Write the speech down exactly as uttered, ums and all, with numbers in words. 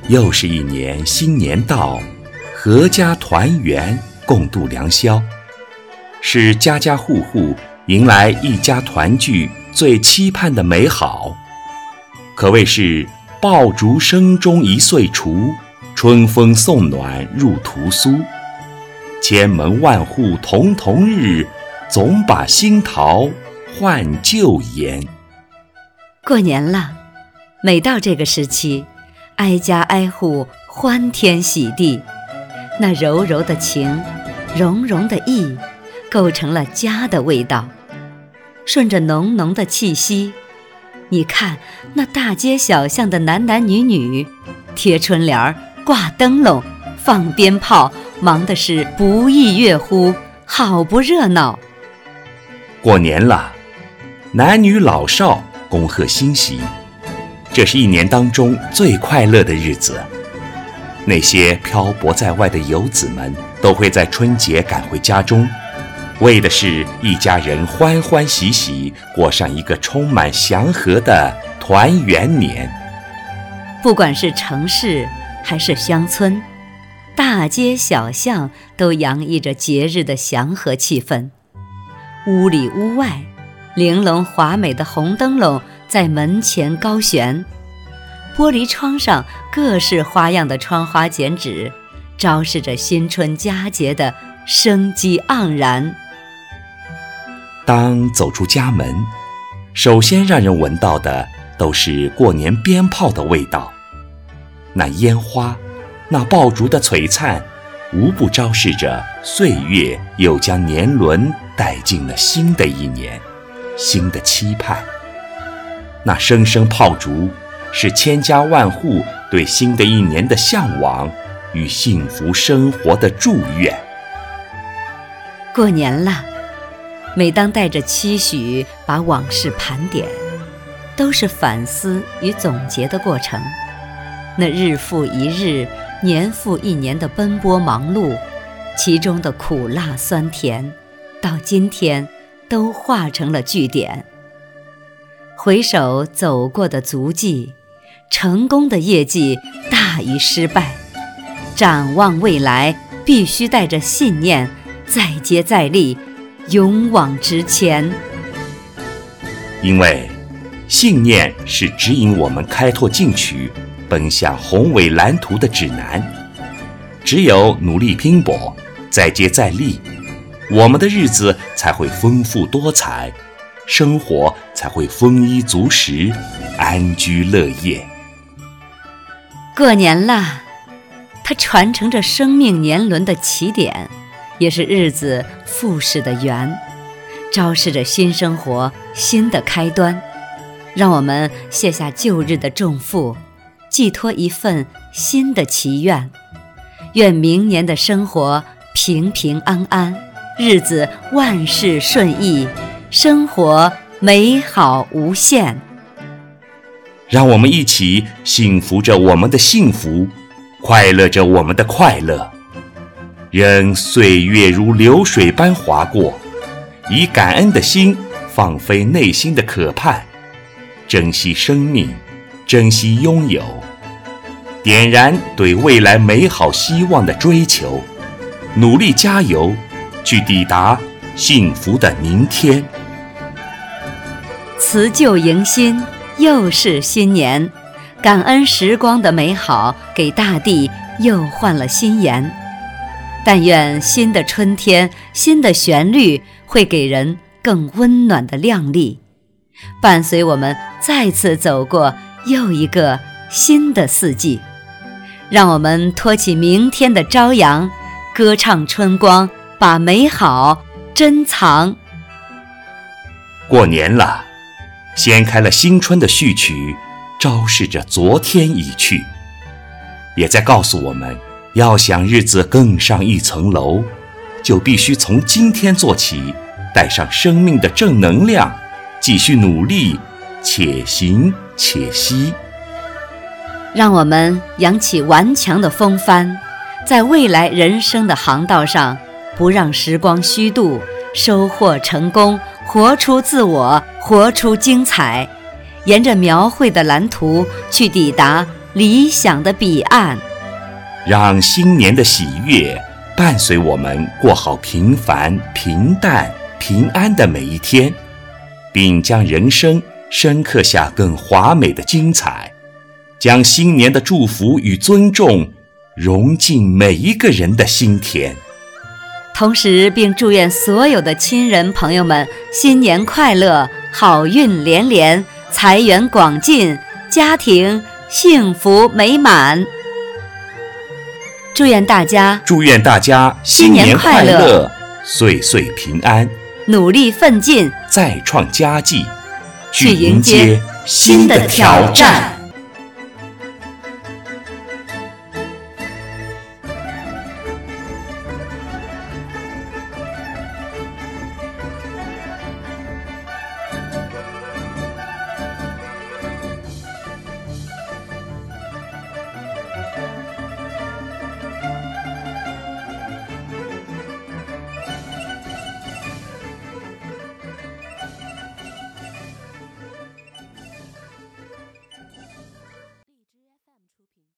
又是一年新年到，阖家团圆，共度良宵，是家家户户迎来一家团聚最期盼的美好，可谓是爆竹声中一岁除，春风送暖入屠苏。千门万户曈曈日，总把新桃换旧颜。 过年了，每到这个时期，挨家挨户欢天喜地，那柔柔的情，融融的意，构成了家的味道。顺着浓浓的气息，你看那大街小巷的男男女女，贴春联，挂灯笼，放鞭炮，忙的是不亦乐乎，好不热闹。 过年了，男女老少恭贺新喜，这是一年当中最快乐的日子。那些漂泊在外的游子们都会在春节赶回家中，为的是一家人欢欢喜喜过上一个充满祥和的团圆年。 不管是城市还是乡村，大街小巷都洋溢着节日的祥和气氛。屋里屋外，玲珑华美的红灯笼在门前高悬，玻璃窗上各式花样的窗花剪纸，昭示着新春佳节的生机盎然。 当走出家门，首先让人闻到的都是过年鞭炮的味道，那烟花，那爆竹的璀璨，无不昭示着岁月又将年轮带进了新的一年，新的期盼。那声声炮竹，是千家万户对新的一年的向往与幸福生活的祝愿。 过年了，每当带着期许把往事盘点，都是反思与总结的过程。那日复一日，年复一年的奔波忙碌，其中的苦辣酸甜，到今天都化成了句点。回首走过的足迹，成功的业绩大于失败。展望未来，必须带着信念，再接再厉，勇往直前。 因为信念是指引我们开拓进取，奔向宏伟蓝图的指南。只有努力拼搏，再接再厉，我们的日子才会丰富多彩，生活才会丰衣足食，安居乐业。 过年了，它传承着生命年轮的起点，也是日子复始的圆，昭示着新生活新的开端。让我们卸下旧日的重负，寄托一份新的祈愿。愿明年的生活平平安安，日子万事顺意，生活美好无限。 让我们一起幸福着我们的幸福，快乐着我们的快乐。任岁月如流水般划过，以感恩的心放飞内心的渴盼，珍惜生命，珍惜拥有，点燃对未来美好希望的追求，努力加油，去抵达幸福的明天。 辞旧迎新，又是新年，感恩时光的美好，给大地又换了新颜。但愿新的春天，新的旋律会给人更温暖的亮丽，伴随我们再次走过又一个新的四季。让我们托起明天的朝阳，歌唱春光，把美好珍藏。 过年了，掀开了新春的序曲，昭示着昨天已去，也在告诉我们，要想日子更上一层楼，就必须从今天做起，带上生命的正能量，继续努力，且行且惜。 让我们扬起顽强的风帆，在未来人生的航道上，不让时光虚度，收获成功，活出自我，活出精彩，沿着描绘的蓝图去抵达理想的彼岸。 让新年的喜悦伴随我们过好平凡、平淡、平安的每一天，并将人生深刻下更华美的精彩，将新年的祝福与尊重融进每一个人的心田。 同时并祝愿所有的亲人朋友们新年快乐，好运连连，财源广进，家庭幸福美满。祝愿大家祝愿大家新年快乐，岁岁平安， 努力奋进， 再创佳绩， 去迎接新的挑战。